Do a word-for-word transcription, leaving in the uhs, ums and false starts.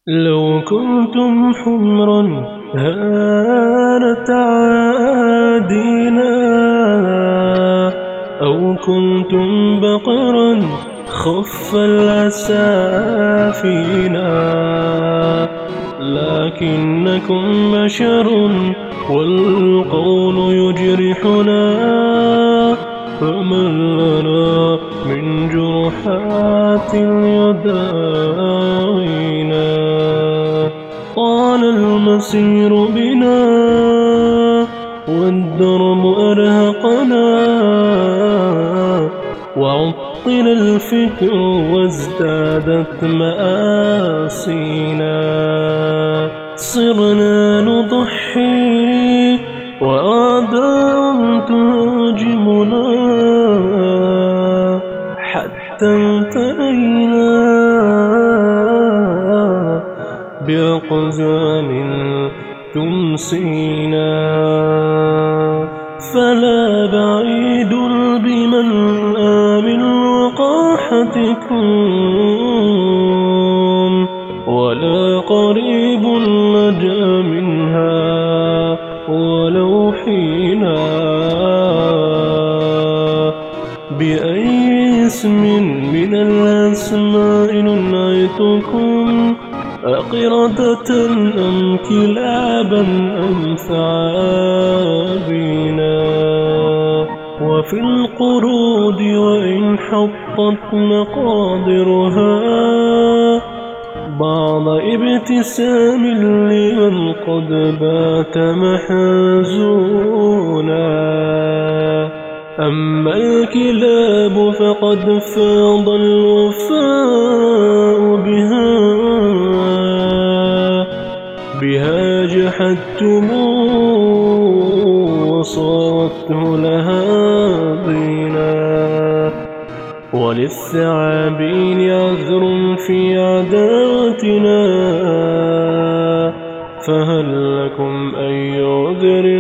لو كنتم حمرا هانت عادينا، أو كنتم بقرا خف الأسى فينا، لكنكم بشر والقول يجرحنا، فمن لنا من جرحات يداوينا. طال المسير بنا والدرب أرهقنا، وعطل الفكر وازدادت مآسينا. صرنا نضحي وأعداء تهاجمنا، حتى انتهينا بأقزام تمسينا. فلا بعيد بمن آمن وقاحتكم، ولا قريب نجا منها ولو حينا. بأي اسم من الأسماء ننعتكم، أقردة أم كلابا أم ثعابينا؟ وفي القرود وإن حطت مقادرها، بعض ابتسام لمن قد بات محزونا. أما الكلاب فقد فاض الوفاء بها، بها جحدتم وصارته لها ضينا. وللثعابين عذر في عداوتنا، فهل لكم أي عذر